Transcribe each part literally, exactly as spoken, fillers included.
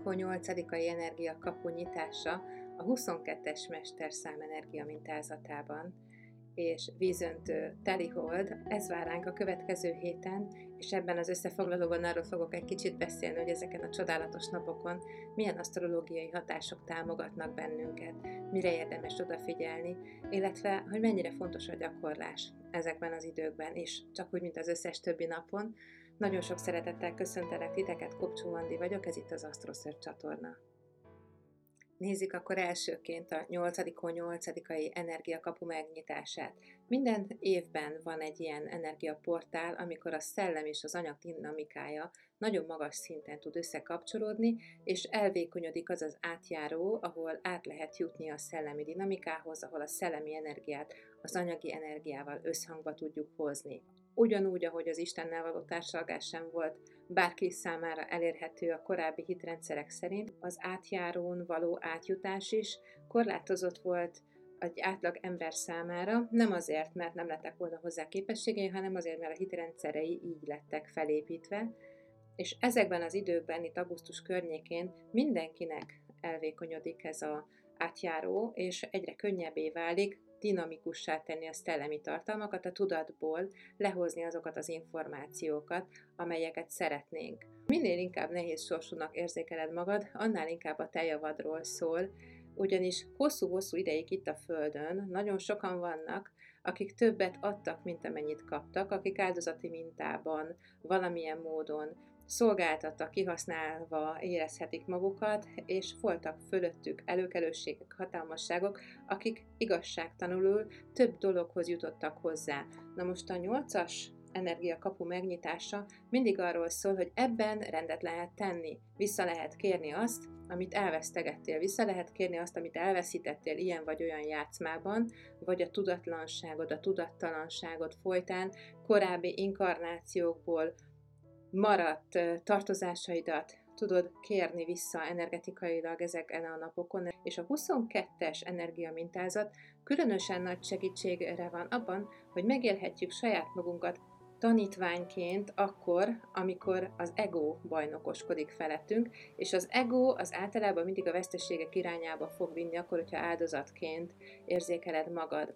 hó nyolcadikai energiakapu nyitása a huszonkettes mesterszám energia mintázatában, és vízöntő telihold, ez vár ránk a következő héten, és ebben az összefoglalóban arról fogok egy kicsit beszélni, hogy ezeken a csodálatos napokon milyen asztrológiai hatások támogatnak bennünket, mire érdemes odafigyelni, illetve hogy mennyire fontos a gyakorlás ezekben az időkben is, csak úgy, mint az összes többi napon. Nagyon sok szeretettel köszöntelek titeket, Kopcsó Andi vagyok, ez itt az AstroSearch csatorna. Nézzük akkor elsőként a nyolcadik hó nyolcadikai energiakapu megnyitását. Minden évben van egy ilyen energiaportál, amikor a szellem és az anyag dinamikája nagyon magas szinten tud összekapcsolódni, és elvékonyodik az az átjáró, ahol át lehet jutni a szellemi dinamikához, ahol a szellemi energiát az anyagi energiával összhangba tudjuk hozni. Ugyanúgy, ahogy az Istennel való társalgás sem volt bárki számára elérhető a korábbi hitrendszerek szerint, az átjárón való átjutás is korlátozott volt egy átlag ember számára, nem azért, mert nem lettek volna hozzá képességei, hanem azért, mert a hitrendszerei így lettek felépítve, és ezekben az időkben, itt augusztus környékén mindenkinek elvékonyodik ez az átjáró, és egyre könnyebbé válik dinamikussá tenni a szellemi tartalmakat, a tudatból lehozni azokat az információkat, amelyeket szeretnénk. Minél inkább nehéz sorsúnak érzékeled magad, annál inkább a te javadról szól, ugyanis hosszú-hosszú ideig itt a Földön nagyon sokan vannak, akik többet adtak, mint amennyit kaptak, akik áldozati mintában valamilyen módon szolgáltattak, kihasználva érezhetik magukat, és voltak fölöttük előkelőségek, hatalmasságok, akik igazságtalanul több dologhoz jutottak hozzá. Na most a nyolcas energiakapu megnyitása mindig arról szól, hogy ebben rendet lehet tenni, vissza lehet kérni azt, amit elvesztegettél, vissza lehet kérni azt, amit elveszítettél ilyen vagy olyan játszmában, vagy a tudatlanságod, a tudattalanságod folytán korábbi inkarnációkból maradt tartozásaidat tudod kérni vissza energetikailag ezeken a napokon, és a huszonkettes energiamintázat különösen nagy segítségre van abban, hogy megélhetjük saját magunkat tanítványként akkor, amikor az ego bajnokoskodik felettünk, és az ego az általában mindig a veszteségek irányába fog vinni, akkor, hogyha áldozatként érzékeled magad.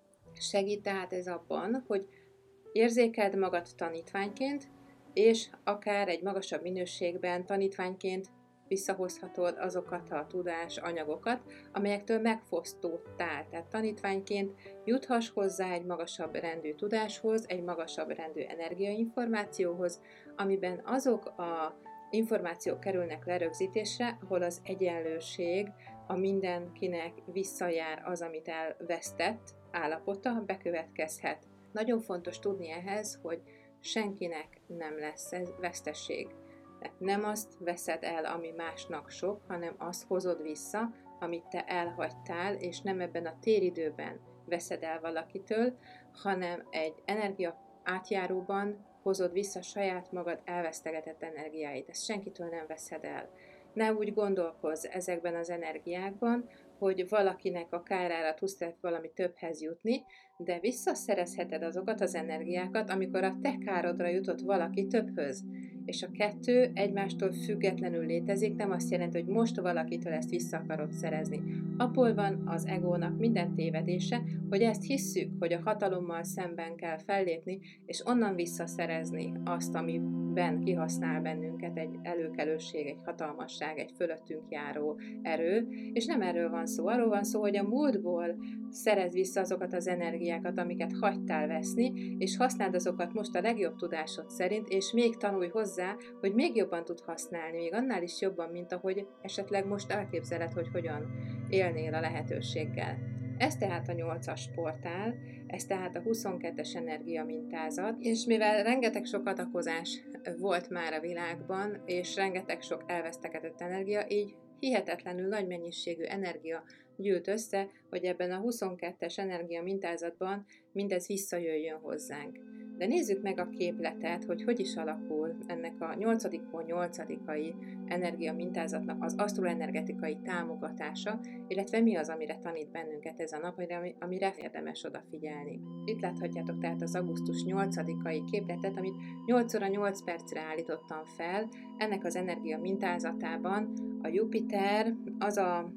Segít tehát ez abban, hogy érzékeld magad tanítványként, és akár egy magasabb minőségben tanítványként visszahozhatod azokat a tudás anyagokat, amelyektől megfosztottál. Tehát tanítványként juthass hozzá egy magasabb rendű tudáshoz, egy magasabb rendű energiainformációhoz, amiben azok a információk kerülnek lerögzítésre, ahol az egyenlőség, a mindenkinek visszajár az, amit elvesztett állapota bekövetkezhet. Nagyon fontos tudni ehhez, hogy senkinek nem lesz ez veszteség. Tehát nem azt veszed el, ami másnak sok, hanem azt hozod vissza, amit te elhagytál, és nem ebben a téridőben veszed el valakitől, hanem egy energia átjáróban hozod vissza saját magad elvesztegetett energiáit. Ezt senkitől nem veszed el. Ne úgy gondolkozz ezekben az energiákban, hogy valakinek a kárára tudsz valami többhez jutni, de visszaszerezheted azokat az energiákat, amikor a te károdra jutott valaki többhöz. És a kettő egymástól függetlenül létezik, nem azt jelenti, hogy most valakitől ezt vissza akarod szerezni. Abból van az egónak minden tévedése, hogy ezt hisszük, hogy a hatalommal szemben kell fellépni, és onnan visszaszerezni azt, amiben kihasznál bennünket egy előkelőség, egy hatalmasság, egy fölöttünk járó erő, és nem erről van szó. Arról van szó, hogy a múltból szerezd vissza azokat az energiákat, amiket hagytál veszni, és használd azokat most a legjobb tudásod szerint, és még tanulj hozzá, hogy még jobban tud használni, még annál is jobban, mint ahogy esetleg most elképzeled, hogy hogyan élnél a lehetőséggel. Ez tehát a nyolcas portál, ez tehát a huszonkettes energiamintázat, és mivel rengeteg sok adakozás volt már a világban, és rengeteg sok elvesztegetett energia, így hihetetlenül nagy mennyiségű energia gyűlt össze, hogy ebben a huszonkettes energia mintázatban mindez visszajöjjön hozzánk. De nézzük meg a képletet, hogy hogy is alakul ennek a nyolcadikon nyolcadikai energia mintázatnak az asztroenergetikai támogatása, illetve mi az, amire tanít bennünket ez a nap, amire érdemes odafigyelni. Itt láthatjátok tehát az augusztus nyolcadikai képletet, amit nyolc óra nyolc percre állítottam fel. Ennek az energia mintázatában a Jupiter az a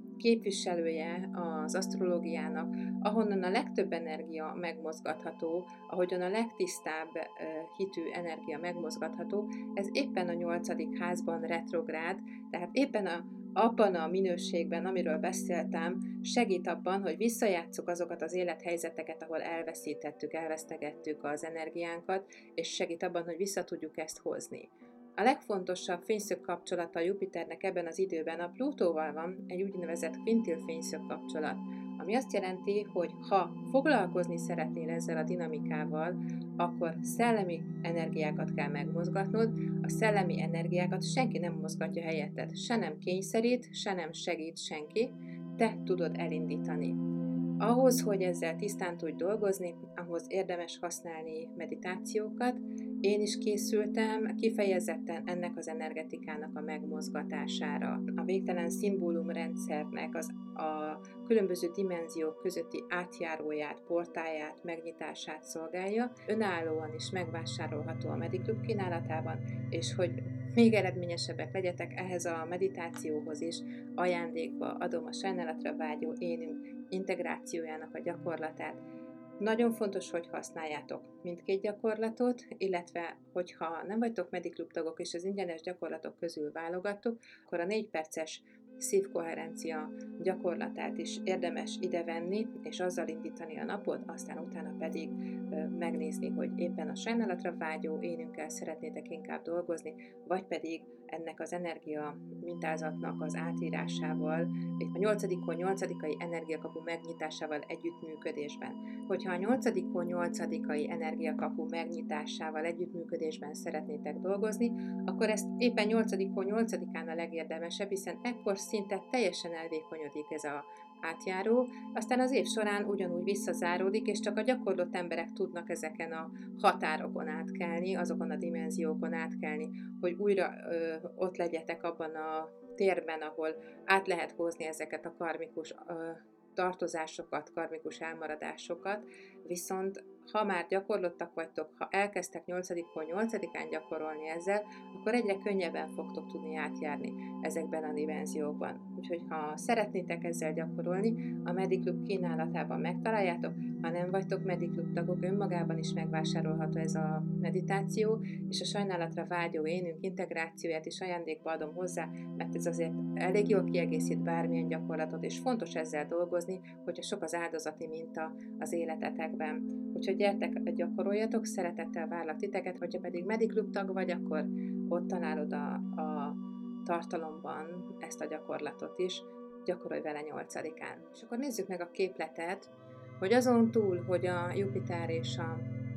képviselője az asztrológiának, ahonnan a legtöbb energia megmozgatható, ahogyan a legtisztább hitű energia megmozgatható, ez éppen a nyolcadik házban retrográd, tehát éppen a, abban a minőségben, amiről beszéltem, segít abban, hogy visszajátsszuk azokat az élethelyzeteket, ahol elveszítettük, elvesztegettük az energiánkat, és segít abban, hogy vissza tudjuk ezt hozni. A legfontosabb fényszög kapcsolata a Jupiternek ebben az időben a Plutóval van, egy úgynevezett kvintil fényszög kapcsolat, ami azt jelenti, hogy ha foglalkozni szeretnél ezzel a dinamikával, akkor szellemi energiákat kell megmozgatnod, a szellemi energiákat senki nem mozgatja helyetted, se nem kényszerít, se nem segít senki, te tudod elindítani. Ahhoz, hogy ezzel tisztán tudj dolgozni, ahhoz érdemes használni meditációkat. Én is készültem kifejezetten ennek az energetikának a megmozgatására. A végtelen szimbólumrendszernek az, a különböző dimenziók közötti átjáróját, portáját, megnyitását szolgálja. Önállóan is megvásárolható a Mediklub kínálatában, és hogy még eredményesebbek legyetek, ehhez a meditációhoz is ajándékba adom a Sajnálatra vágyó énünk integrációjának a gyakorlatát. Nagyon fontos, hogy használjátok mindkét gyakorlatot, illetve hogyha nem vagytok Mediklub tagok és az ingyenes gyakorlatok közül válogattok, akkor a négy perces szívkoherencia gyakorlatát is érdemes idevenni, és azzal indítani a napot, aztán utána pedig megnézni, hogy éppen a Sajnálatra vágyó énünkkel szeretnétek inkább dolgozni, vagy pedig ennek az energia mintázatnak az átírásával, a nyolcadikon nyolcadikai energiakapu megnyitásával együttműködésben. Hogyha a nyolcadikon nyolcadikai energiakapu megnyitásával együttműködésben szeretnétek dolgozni, akkor ezt éppen nyolcadikon nyolcadikán a legérdemesebb, hiszen ekkor szinte teljesen elvékonyodik ez a átjáró, aztán az év során ugyanúgy visszazáródik, és csak a gyakorlott emberek tudnak ezeken a határokon átkelni, azokon a dimenziókon átkelni, hogy újra ö, ott legyetek abban a térben, ahol át lehet hozni ezeket a karmikus ö, tartozásokat, karmikus elmaradásokat, viszont ha már gyakorlottak vagytok, ha elkezdtek nyolcadikon nyolcadikán gyakorolni ezzel, akkor egyre könnyebben fogtok tudni átjárni ezekben a dimenziókban. Úgyhogy ha szeretnétek ezzel gyakorolni, a Mediklub kínálatában megtaláljátok, ha nem vagytok Mediklub tagok, önmagában is megvásárolható ez a meditáció, és a Sajnálatra vágyó énünk integrációját is ajándékba adom hozzá, mert ez azért elég jól kiegészít bármilyen gyakorlatot, és fontos ezzel dolgozni, hogyha sok az áldozati minta az életetekben. Úgyhogy gyertek, gyakoroljatok, szeretettel várlak titeket, hogyha pedig Mediklub tag vagy, akkor ott találod a, a tartalomban ezt a gyakorlatot is, gyakorolj vele nyolcadikán. És akkor nézzük meg a képletet, hogy azon túl, hogy a Jupiter és a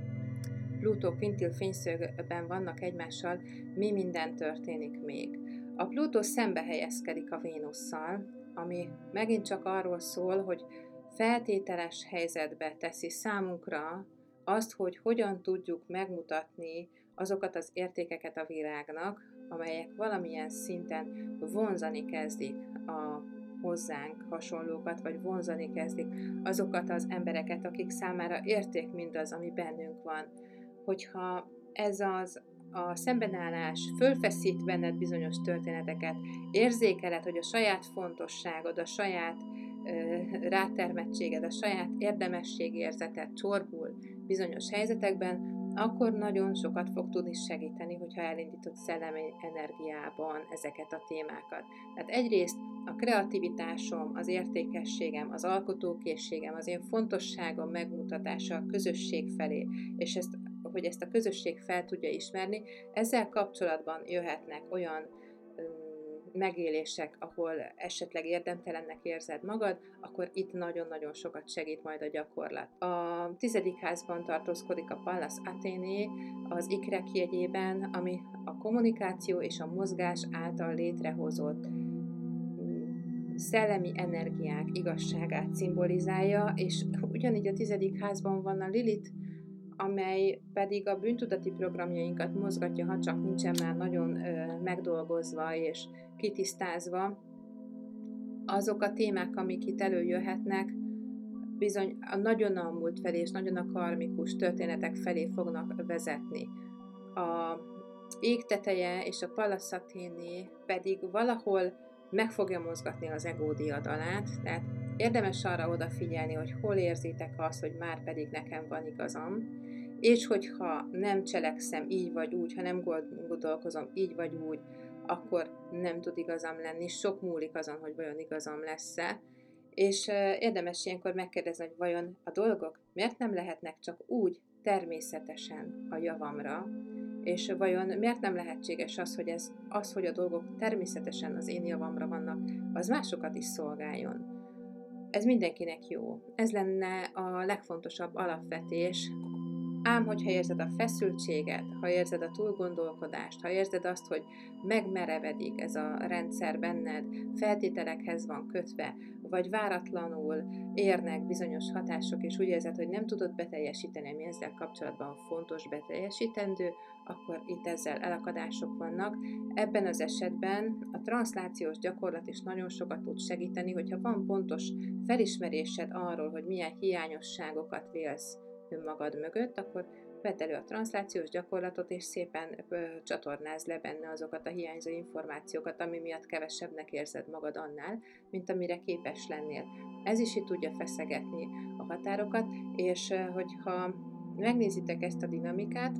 Plutó kvintil fényszögben vannak egymással, mi minden történik még. A Plutó szembe helyezkedik a Vénusszal, ami megint csak arról szól, hogy feltételes helyzetbe teszi számunkra azt, hogy hogyan tudjuk megmutatni azokat az értékeket a világnak, amelyek valamilyen szinten vonzani kezdik a hozzánk hasonlókat, vagy vonzani kezdik azokat az embereket, akik számára érték mindaz, ami bennünk van. Hogyha ez az a szembenállás fölfeszít benned bizonyos történeteket, érzékeled, hogy a saját fontosságod, a saját rátermettséged, a saját érdemességérzeted csorbul bizonyos helyzetekben, akkor nagyon sokat fog tudni segíteni, hogyha elindítod szellemi energiában ezeket a témákat. Tehát egyrészt a kreativitásom, az értékességem, az alkotókészségem, az én fontosságom megmutatása a közösség felé, és ezt, hogy ezt a közösség fel tudja ismerni, ezzel kapcsolatban jöhetnek olyan megélések, ahol esetleg érdemtelennek érzed magad, akkor itt nagyon-nagyon sokat segít majd a gyakorlat. A tizedik házban tartózkodik a Pallas Athéné az ikrek jegyében, ami a kommunikáció és a mozgás által létrehozott szellemi energiák igazságát szimbolizálja, és ugyanígy a tizedik házban van a Lilith, amely pedig a bűntudati programjainkat mozgatja, ha csak nincsen már nagyon ö, megdolgozva és kitisztázva. Azok a témák, amik itt előjöhetnek, bizony a nagyon a múlt felé és nagyon a karmikus történetek felé fognak vezetni. A ég teteje és a Palaszaténé pedig valahol meg fogja mozgatni az ego diadalát, tehát érdemes arra odafigyelni, hogy hol érzitek azt, hogy már pedig nekem van igazam, és hogyha nem cselekszem így vagy úgy, ha nem gondolkozom így vagy úgy, akkor nem tud igazam lenni, sok múlik azon, hogy vajon igazam lesz-e, és érdemes ilyenkor megkérdezni, hogy vajon a dolgok miért nem lehetnek csak úgy természetesen a javamra, és vajon miért nem lehetséges az, hogy, ez, az, hogy a dolgok természetesen az én javamra vannak, az másokat is szolgáljon. Ez mindenkinek jó. Ez lenne a legfontosabb alapvetés. Ám, hogyha érzed a feszültséget, ha érzed a túlgondolkodást, ha érzed azt, hogy megmerevedik ez a rendszer benned, feltételekhez van kötve, vagy váratlanul érnek bizonyos hatások, és úgy érzed, hogy nem tudod beteljesíteni, ami ezzel kapcsolatban fontos beteljesítendő, akkor itt ezzel elakadások vannak. Ebben az esetben a transzlációs gyakorlat is nagyon sokat tud segíteni, hogyha van pontos felismerésed arról, hogy milyen hiányosságokat vélsz önmagad mögött, akkor vedd elő a transzlációs gyakorlatot, és szépen ö, csatornázd le benne azokat a hiányzó információkat, ami miatt kevesebbnek érzed magad annál, mint amire képes lennél. Ez is itt tudja feszegetni a határokat, és ö, hogyha megnézitek ezt a dinamikát,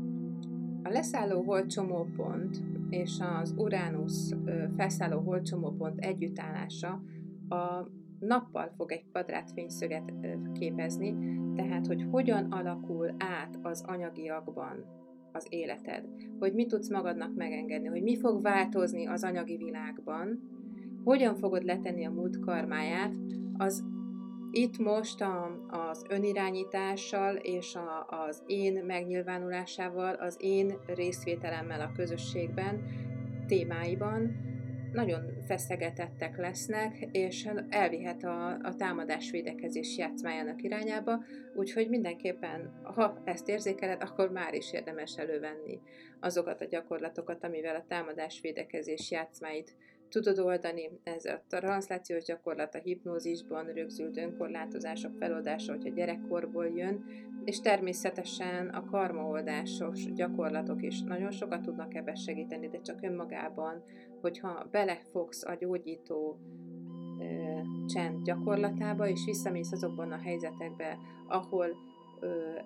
a leszálló holdcsomópont és az Uránusz ö, felszálló holdcsomópont együttállása a nappal fog egy kvadrátfényszöget képezni, tehát, hogy hogyan alakul át az anyagiakban az életed, hogy mit tudsz magadnak megengedni, hogy mi fog változni az anyagi világban, hogyan fogod letenni a múlt karmáját, az itt most a, az önirányítással és a, az én megnyilvánulásával, az én részvételemmel a közösségben, témáiban nagyon feszegetettek lesznek, és elvihet a, a támadás védekezés játszmájának irányába, úgyhogy mindenképpen, ha ezt érzékeled, akkor már is érdemes elővenni azokat a gyakorlatokat, amivel a támadás védekezés játszmáit tudod oldani. Ez a transzlációs gyakorlat, a hipnózisban rögzült önkorlátozások feloldása, hogyha gyerekkorból jön, és természetesen a karmaoldásos gyakorlatok is nagyon sokat tudnak ebben segíteni, de csak önmagában, hogyha belefogsz a gyógyító ö, csend gyakorlatába, és visszamész azokban a helyzetekbe, ahol ö,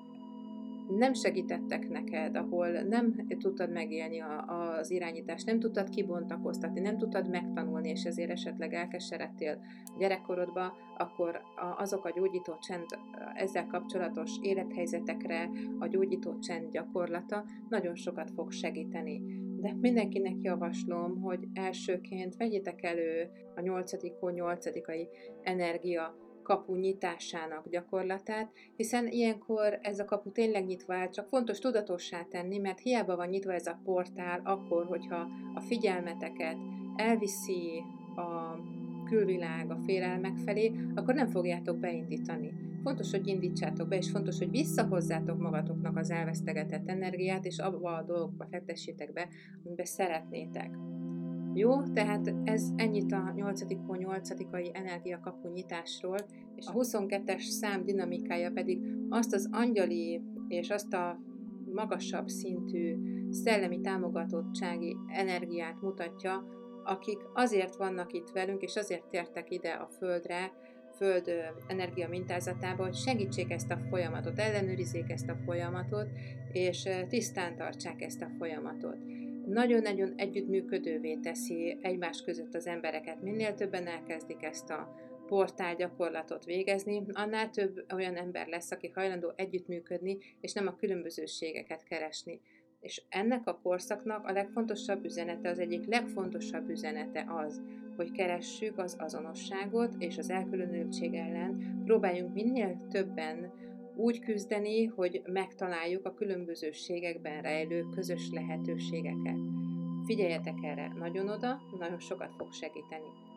nem segítettek neked, ahol nem tudtad megélni a, az irányítást, nem tudtad kibontakoztatni, nem tudtad megtanulni, és ezért esetleg elkeseredtél gyerekkorodba, akkor a, azok a gyógyító csend, ezzel kapcsolatos élethelyzetekre a gyógyító csend gyakorlata nagyon sokat fog segíteni. De mindenkinek javaslom, hogy elsőként vegyétek elő a nyolcadik hó nyolcadikai energia kapu nyitásának gyakorlatát, hiszen ilyenkor ez a kapu tényleg nyitva áll, csak fontos tudatossá tenni, mert hiába van nyitva ez a portál, akkor, hogyha a figyelmeteket elviszi a külvilág a félelmek felé, akkor nem fogjátok beindítani. Fontos, hogy indítsátok be, és fontos, hogy visszahozzátok magatoknak az elvesztegetett energiát, és abba a dolgokba fektessétek be, amiben szeretnétek. Jó, tehát ez ennyit a nyolcadik hó nyolcadikai energiakapu nyitásról, és a huszonkettes szám dinamikája pedig azt az angyali és azt a magasabb szintű szellemi támogatottsági energiát mutatja, akik azért vannak itt velünk, és azért tértek ide a Földre, Föld energia mintázatába, hogy segítsék ezt a folyamatot, ellenőrizzék ezt a folyamatot, és tisztán tartsák ezt a folyamatot. Nagyon-nagyon együttműködővé teszi egymás között az embereket. Minél többen elkezdik ezt a portál gyakorlatot végezni, annál több olyan ember lesz, aki hajlandó együttműködni, és nem a különbözőségeket keresni. És ennek a korszaknak a legfontosabb üzenete, az egyik legfontosabb üzenete az, hogy keressük az azonosságot, és az elkülönültség ellen próbáljunk minél többen úgy küzdeni, hogy megtaláljuk a különbözőségekben rejlő közös lehetőségeket. Figyeljetek erre nagyon oda, nagyon sokat fog segíteni.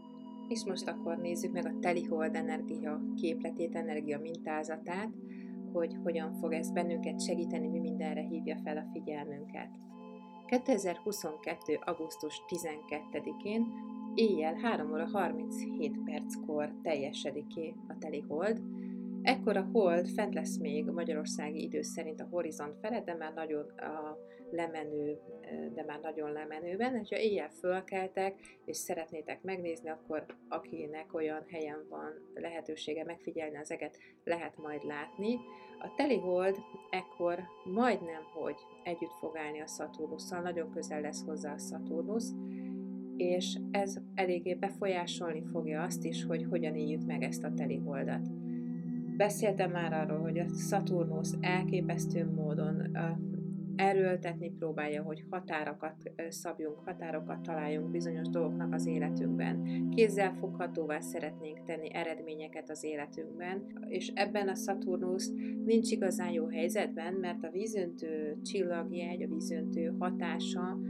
És most akkor nézzük meg a telihold energia képletét, energia mintázatát, hogy hogyan fog ez bennünket segíteni, mi mindenre hívja fel a figyelmünket. kétezer-huszonkettő. augusztus tizenkettedikén éjjel három óra harminchét perckor teljesedik ki a telihold. Ekkor a hold fent lesz még a magyarországi idő szerint a horizont felett, de már nagyon a lemenő, de már nagyon lemenőben. Ha éjjel fölkeltek, és szeretnétek megnézni, akkor akinek olyan helyen van lehetősége megfigyelni az eget, lehet majd látni. A telihold ekkor majdnem, hogy együtt fog állni a Szaturnusszal, nagyon közel lesz hozzá a Szaturnusz, és ez eléggé befolyásolni fogja azt is, hogy hogyan éljük meg ezt a teliholdat. Beszéltem már arról, hogy a Szaturnusz elképesztő módon erőltetni próbálja, hogy határokat szabjunk, határokat találjunk bizonyos dolgoknak az életünkben. Kézzelfoghatóvá szeretnénk tenni eredményeket az életünkben, és ebben a Szaturnusz nincs igazán jó helyzetben, mert a vízöntő csillagjegy, a vízöntő hatása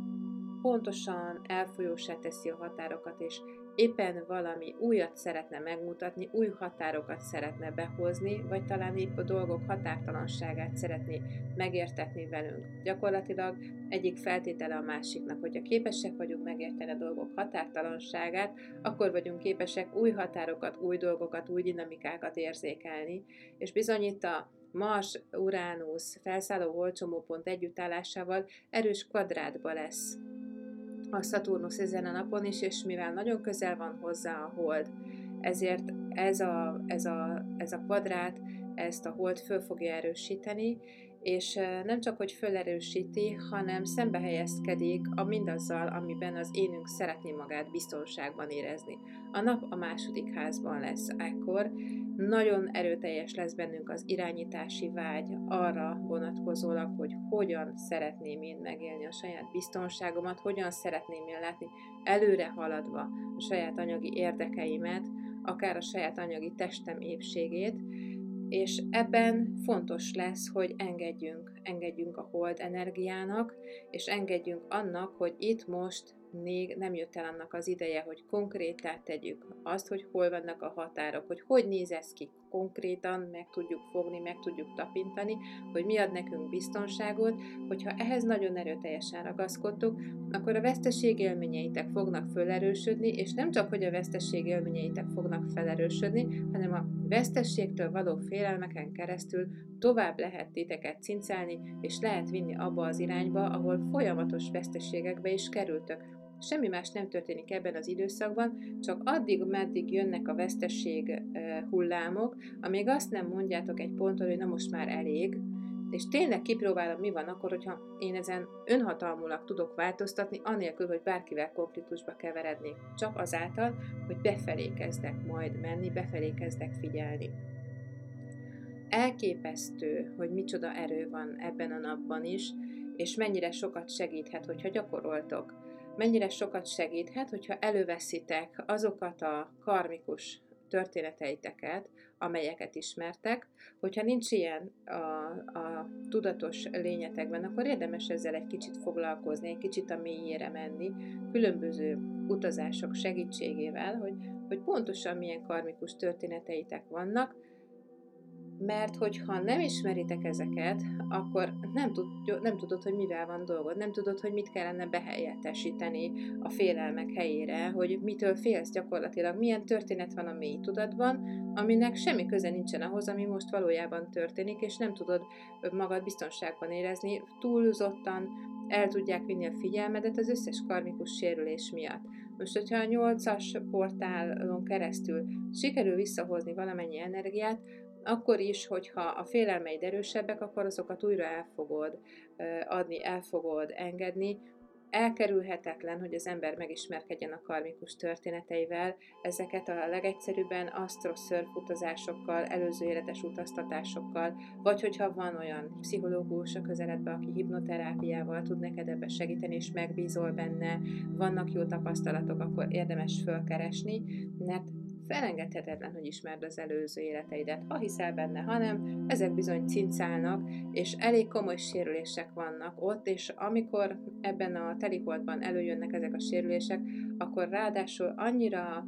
pontosan elfolyósá teszi a határokat, és éppen valami újat szeretne megmutatni, új határokat szeretne behozni, vagy talán épp a dolgok határtalanságát szeretné megértetni velünk. Gyakorlatilag egyik feltétele a másiknak, hogyha képesek vagyunk megérteni a dolgok határtalanságát, akkor vagyunk képesek új határokat, új dolgokat, új dinamikákat érzékelni, és bizony itt a Mars-Uránusz felszálló holdcsomópont együttállásával erős kvadrátba lesz a Szaturnusz ezen a napon is, és mivel nagyon közel van hozzá a hold, ezért ez a, ez a, ez a kvadrát ezt a hold föl fogja erősíteni, és nem csak, hogy fölerősíti, hanem szembe helyezkedik a mindazzal, amiben az énünk szeretné magát biztonságban érezni. A nap a második házban lesz ekkor, nagyon erőteljes lesz bennünk az irányítási vágy arra vonatkozólag, hogy hogyan szeretném én megélni a saját biztonságomat, hogyan szeretném én látni előre haladva a saját anyagi érdekeimet, akár a saját anyagi testem épségét, és ebben fontos lesz, hogy engedjünk, engedjünk a hold energiának, és engedjünk annak, hogy itt most még nem jött el annak az ideje, hogy konkrétá tegyük azt, hogy hol vannak a határok, hogy hogy néz ez ki konkrétan, meg tudjuk fogni, meg tudjuk tapintani, hogy mi ad nekünk biztonságot, hogyha ehhez nagyon erőteljesen ragaszkodtuk, akkor a veszteség élményeitek fognak felerősödni, és nem csak, hogy a veszteség élményeitek fognak felerősödni, hanem a vesztességtől való félelmeken keresztül tovább lehet titeket cincelni, és lehet vinni abba az irányba, ahol folyamatos veszteségekbe is kerültök. Semmi más nem történik ebben az időszakban, csak addig, meddig jönnek a veszteség hullámok, amíg azt nem mondjátok egy ponton, hogy na most már elég, és tényleg kipróbálom, mi van akkor, hogyha én ezen önhatalmulag tudok változtatni, anélkül, hogy bárkivel konfliktusba keverednék, csak azáltal, hogy befelé kezdek majd menni, befelé kezdek figyelni. Elképesztő, hogy micsoda erő van ebben a napban is, és mennyire sokat segíthet, hogyha gyakoroltok. Mennyire sokat segíthet, hogyha előveszitek azokat a karmikus történeteiteket, amelyeket ismertek. Hogyha nincs ilyen a, a tudatos lényetekben, akkor érdemes ezzel egy kicsit foglalkozni, egy kicsit a mélyére menni, különböző utazások segítségével, hogy, hogy pontosan milyen karmikus történeteitek vannak, mert hogyha nem ismeritek ezeket, akkor nem, tud, nem tudod, hogy mivel van dolgod, nem tudod, hogy mit kellene behelyettesíteni a félelmek helyére, hogy mitől félsz gyakorlatilag, milyen történet van a mély tudatban, aminek semmi köze nincsen ahhoz, ami most valójában történik, és nem tudod magad biztonságban érezni, túlzottan el tudják vinni a figyelmedet az összes karmikus sérülés miatt. Most, hogyha a nyolcas portálon keresztül sikerül visszahozni valamennyi energiát, akkor is, hogyha a félelmeid erősebbek, akkor azokat újra el fogod adni, el fogod engedni. Elkerülhetetlen, hogy az ember megismerkedjen a karmikus történeteivel. Ezeket a legegyszerűbben asztroszörf utazásokkal, előző életes utaztatásokkal, vagy hogyha van olyan pszichológus a közeledben, aki hipnoterápiával tud neked ebbe segíteni, és megbízol benne, vannak jó tapasztalatok, akkor érdemes fölkeresni, mert felengedhetetlen, hogy ismerd az előző életeidet, ha hiszel benne, hanem ezek bizony cincálnak, és elég komoly sérülések vannak ott, és amikor ebben a teliholdban előjönnek ezek a sérülések, akkor ráadásul annyira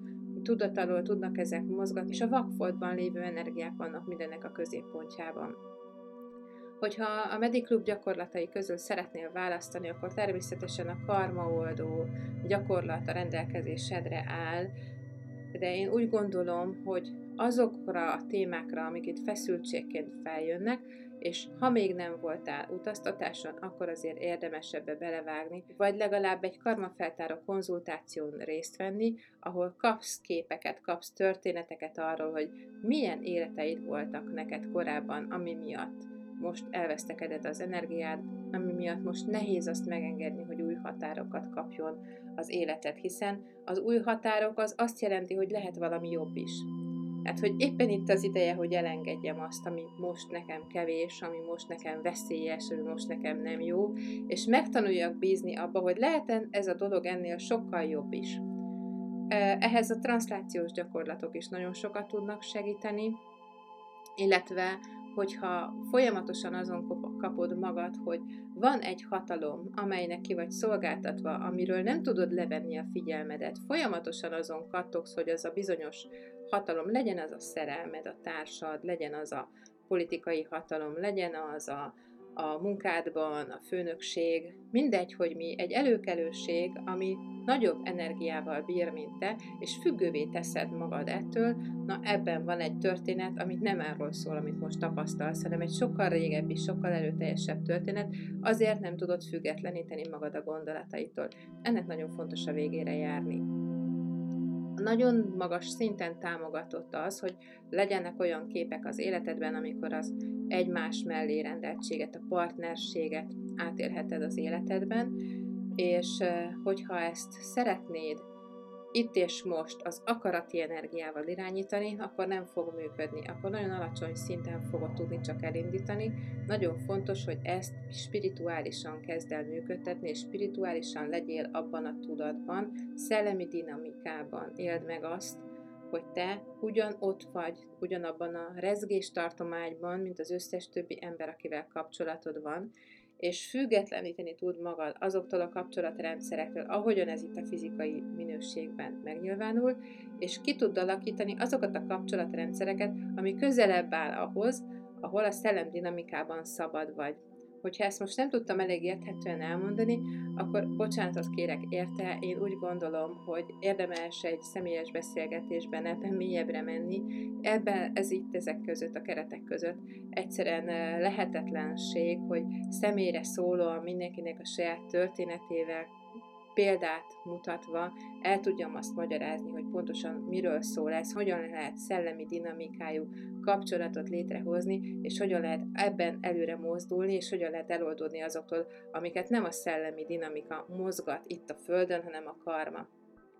tudat alól tudnak ezek mozgatni, és a vakfoltban lévő energiák vannak mindennek a középpontjában. Hogyha a Mediklub gyakorlatai közül szeretnél választani, akkor természetesen a karmaoldó gyakorlat a rendelkezésedre áll, de én úgy gondolom, hogy azokra a témákra, amik itt feszültségként feljönnek, és ha még nem voltál utaztatáson, akkor azért érdemes ebbe belevágni, vagy legalább egy karmafeltáró konzultáción részt venni, ahol kapsz képeket, kapsz történeteket arról, hogy milyen életeid voltak neked korábban, ami miatt most elvesztekedett az energiád, ami miatt most nehéz azt megengedni, hogy új határokat kapjon az életed, hiszen az új határok az azt jelenti, hogy lehet valami jobb is. Hát, hogy éppen itt az ideje, hogy elengedjem azt, ami most nekem kevés, ami most nekem veszélyes, ami most nekem nem jó, és megtanuljak bízni abba, hogy lehet ez a dolog ennél sokkal jobb is. Ehhez a transzlációs gyakorlatok is nagyon sokat tudnak segíteni, illetve hogyha folyamatosan azon kapod magad, hogy van egy hatalom, amelynek ki vagy szolgáltatva, amiről nem tudod levenni a figyelmedet, folyamatosan azon kattogsz, hogy az a bizonyos hatalom, legyen az a szerelmed, a társad, legyen az a politikai hatalom, legyen az a, a munkádban, a főnökség, mindegy, hogy mi, egy előkelőség, ami nagyobb energiával bír, mint te, és függővé teszed magad ettől, na ebben van egy történet, amit nem arról szól, amit most tapasztalsz, hanem egy sokkal régebbi, sokkal erőteljesebb történet, azért nem tudod függetleníteni magad a gondolataitól. Ennek nagyon fontos a végére járni. Nagyon magas szinten támogatott az, hogy legyenek olyan képek az életedben, amikor az egymás mellé rendeltséget, a partnerséget átélheted az életedben, és hogyha ezt szeretnéd itt és most az akarati energiával irányítani, akkor nem fog működni, akkor nagyon alacsony szinten fogod tudni csak elindítani. Nagyon fontos, hogy ezt spirituálisan kezd el működtetni, és spirituálisan legyél abban a tudatban, szellemi dinamikában éld meg azt, hogy te ugyan ott vagy, ugyanabban a rezgéstartományban, mint az összes többi ember, akivel kapcsolatod van, és függetleníteni tud magad azoktól a kapcsolatrendszerektől, ahogyan ez itt a fizikai minőségben megnyilvánul, és ki tud alakítani azokat a kapcsolatrendszereket, ami közelebb áll ahhoz, ahol a szellemdinamikában szabad vagy. Hogyha ezt most nem tudtam elég érthetően elmondani, akkor bocsánatot kérek érte, én úgy gondolom, hogy érdemes egy személyes beszélgetésben ebben mélyebbre menni, ebben ez itt ezek között, a keretek között egyszerűen lehetetlenség, hogy személyre szólóan mindenkinek a saját történetével, példát mutatva el tudjam azt magyarázni, hogy pontosan miről szól ez, hogyan lehet szellemi dinamikájú kapcsolatot létrehozni, és hogyan lehet ebben előre mozdulni, és hogyan lehet eloldódni azoktól, amiket nem a szellemi dinamika mozgat itt a Földön, hanem a karma.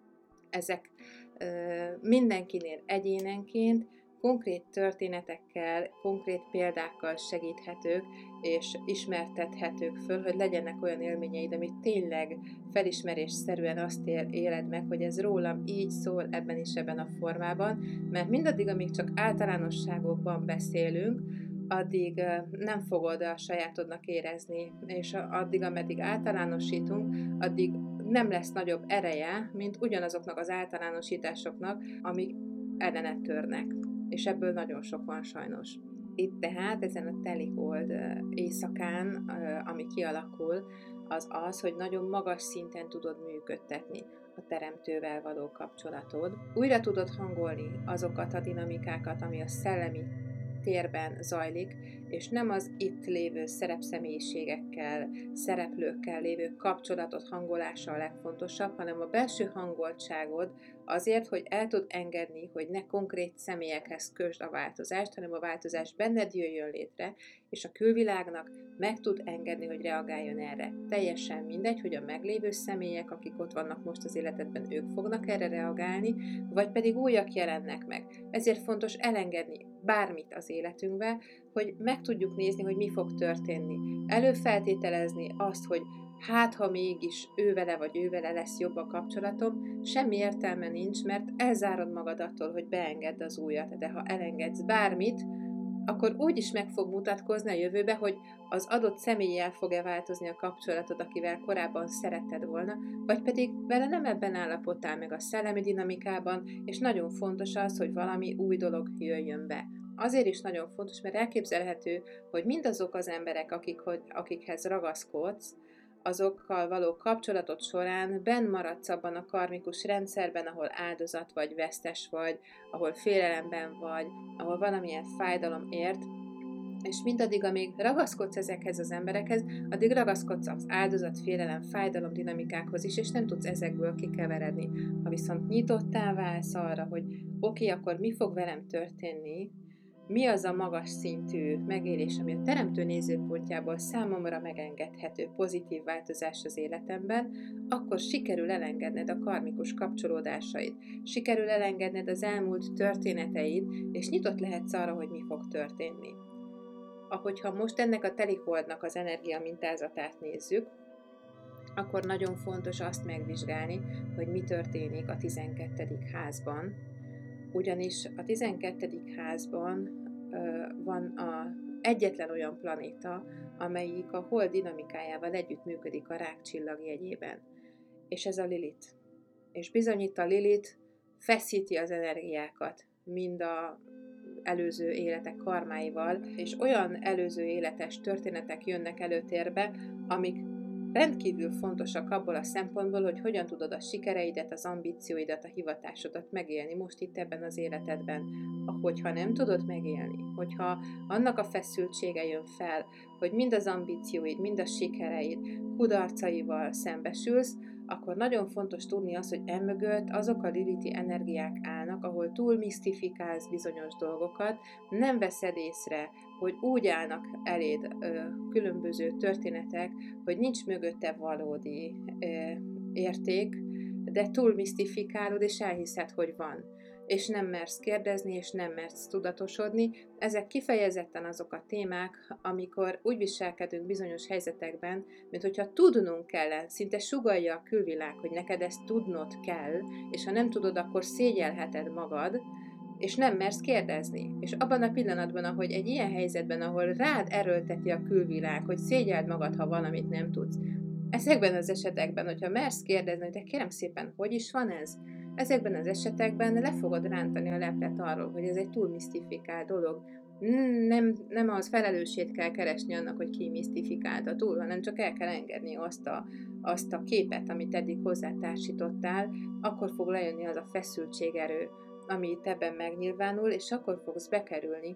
Ezek ö, mindenkinél egyénenként, konkrét történetekkel, konkrét példákkal segíthetők és ismertethetők föl, hogy legyenek olyan élményeid, amit tényleg felismerésszerűen azt éled meg, hogy ez rólam így szól ebben és ebben a formában, mert mindaddig, amíg csak általánosságokban beszélünk, addig nem fogod a sajátodnak érezni, és addig, ameddig általánosítunk, addig nem lesz nagyobb ereje, mint ugyanazoknak az általánosításoknak, amik ellenet törnek. És ebből nagyon sok van sajnos. Itt tehát ezen a telihold éjszakán, ami kialakul, az az, hogy nagyon magas szinten tudod működtetni a teremtővel való kapcsolatod. Újra tudod hangolni azokat a dinamikákat, ami a szellemi térben zajlik, és nem az itt lévő szerepszemélyiségekkel, szereplőkkel lévő kapcsolatot hangolása a legfontosabb, hanem a belső hangoltságod azért, hogy el tud engedni, hogy ne konkrét személyekhez kösd a változást, hanem a változás benned jöjjön létre, és a külvilágnak meg tud engedni, hogy reagáljon erre. Teljesen mindegy, hogy a meglévő személyek, akik ott vannak most az életedben, ők fognak erre reagálni, vagy pedig újak jelennek meg. Ezért fontos elengedni bármit az életünkbe, hogy meg tudjuk nézni, hogy mi fog történni. Előfeltételezni azt, hogy hát, ha mégis ővele vagy ővele lesz jobb a kapcsolatom, semmi értelme nincs, mert elzárod magad attól, hogy beengedd az újat. De ha elengedsz bármit, akkor úgy is meg fog mutatkozni a jövőbe, hogy az adott személlyel fog-e változni a kapcsolatod, akivel korábban szeretted volna, vagy pedig vele nem ebben állapottál meg a szellemi dinamikában, és nagyon fontos az, hogy valami új dolog jöjjön be. Azért is nagyon fontos, mert elképzelhető, hogy mindazok az emberek, akik, hogy, akikhez ragaszkodsz, azokkal való kapcsolatod során benn maradsz abban a karmikus rendszerben, ahol áldozat vagy, vesztes vagy, ahol félelemben vagy, ahol valamilyen fájdalom ért, és mindaddig, amíg ragaszkodsz ezekhez az emberekhez, addig ragaszkodsz az áldozat, félelem, fájdalom dinamikákhoz is, és nem tudsz ezekből kikeveredni. Ha viszont nyitottá válsz arra, hogy oké, okay, akkor mi fog velem történni, mi az a magas szintű megélés, ami a teremtő nézőpontjából számomra megengedhető pozitív változás az életemben, akkor sikerül elengedned a karmikus kapcsolódásaid, sikerül elengedned az elmúlt történeteid, és nyitott lehetsz arra, hogy mi fog történni. Ahogyha most ennek a teliholdnak az energia mintázatát nézzük, akkor nagyon fontos azt megvizsgálni, hogy mi történik a tizenkettedik házban, ugyanis a tizenkettedik házban ö, van a egyetlen olyan planéta, amelyik a hold dinamikájával együtt működik a rák csillagjegyében. És ez a Lilith. És bizony itt a Lilith feszíti az energiákat, mind a előző életek karmáival, és olyan előző életes történetek jönnek előtérbe, amik rendkívül fontosak abból a szempontból, hogy hogyan tudod a sikereidet, az ambícióidat, a hivatásodat megélni most itt ebben az életedben. Hogyha nem tudod megélni, hogyha annak a feszültsége jön fel, hogy mind az ambícióid, mind a sikereid kudarcaival szembesülsz, akkor nagyon fontos tudni azt, hogy emögött azok a liliti energiák állnak, ahol túl misztifikálsz bizonyos dolgokat, nem veszed észre, hogy úgy állnak eléd ö, különböző történetek, hogy nincs mögötte valódi ö, érték, de túl misztifikálod, és elhiszed, hogy van. És nem mersz kérdezni, és nem mersz tudatosodni. Ezek kifejezetten azok a témák, amikor úgy viselkedünk bizonyos helyzetekben, mint hogyha tudnunk kellene, szinte sugallja a külvilág, hogy neked ezt tudnod kell, és ha nem tudod, akkor szégyelheted magad, és nem mersz kérdezni. És abban a pillanatban, ahogy egy ilyen helyzetben, ahol rád erőlteti a külvilág, hogy szégyeld magad, ha valamit nem tudsz, ezekben az esetekben, hogyha mersz kérdezni, hogy de kérem szépen, hogy is van ez? Ezekben az esetekben le fogod rántani a leplet arról, hogy ez egy túl misztifikált dolog. Nem, nem az felelősét kell keresni annak, hogy ki misztifikálta túl, hanem csak el kell engedni azt a, azt a képet, amit eddig hozzátársítottál, akkor fog lejönni az a feszültségerő, ami itt ebben megnyilvánul, és akkor fogsz bekerülni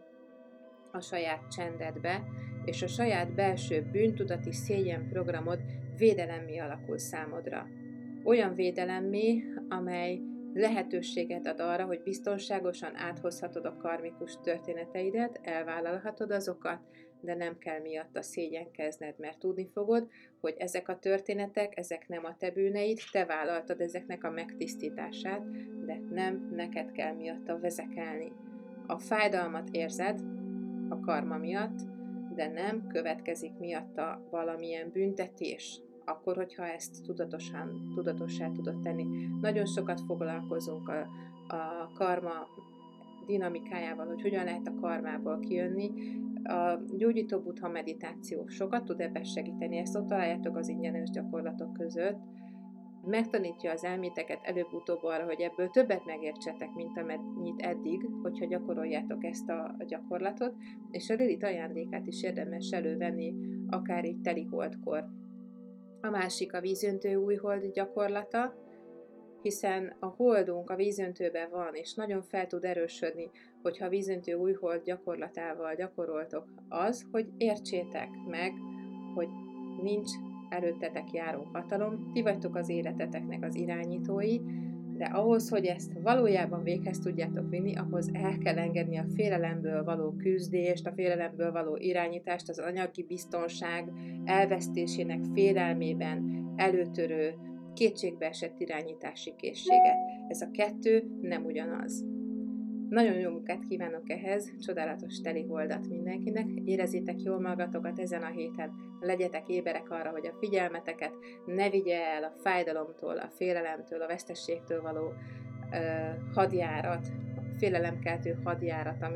a saját csendedbe, és a saját belső bűntudati szégyenprogramod védelemmé alakul számodra. Olyan védelemmé, amely lehetőséget ad arra, hogy biztonságosan áthozhatod a karmikus történeteidet, elvállalhatod azokat, de nem kell miatta szégyenkezned, mert tudni fogod, hogy ezek a történetek, ezek nem a te bűneid, te vállaltad ezeknek a megtisztítását, de nem neked kell miatta vezekelni. A fájdalmat érzed a karma miatt, de nem következik miatta valamilyen büntetés, akkor, hogyha ezt tudatosan, tudatossá tudod tenni. Nagyon sokat foglalkozunk a, a karma dinamikájával, hogy hogyan lehet a karmából kijönni. A gyógyító buddha meditáció sokat tud ebben segíteni, ezt ott találjátok az ingyenes gyakorlatok között. Megtanítja az elméteket előbb-utóbb arra, hogy ebből többet megértsetek, mint amennyit eddig, hogyha gyakoroljátok ezt a gyakorlatot, és a Lilith ajándékát is érdemes elővenni, akár így teliholdkor. A másik a vízöntő újhold gyakorlata, hiszen a holdunk a vízöntőben van, és nagyon fel tud erősödni, hogyha a vízöntő újhold gyakorlatával gyakoroltok, az, hogy értsétek meg, hogy nincs előttetek járó hatalom, ti vagytok az életeteknek az irányítói, de ahhoz, hogy ezt valójában véghez tudjátok vinni, ahhoz el kell engedni a félelemből való küzdést, a félelemből való irányítást, az anyagi biztonság elvesztésének félelmében előtörő, kétségbeesett irányítási készséget. Ez a kettő nem ugyanaz. Nagyon jó munkát kívánok ehhez, csodálatos teliholdat mindenkinek, érezzétek jól magatokat ezen a héten, legyetek éberek arra, hogy a figyelmeteket ne vigye el a fájdalomtól, a félelemtől, a vesztességtől való ö, hadjárat, a félelemkeltő hadjárat, ami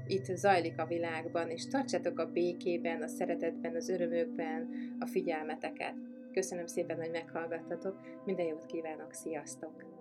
itt zajlik a világban, és tartsátok a békében, a szeretetben, az örömökben a figyelmeteket. Köszönöm szépen, hogy meghallgattatok, minden jót kívánok, sziasztok!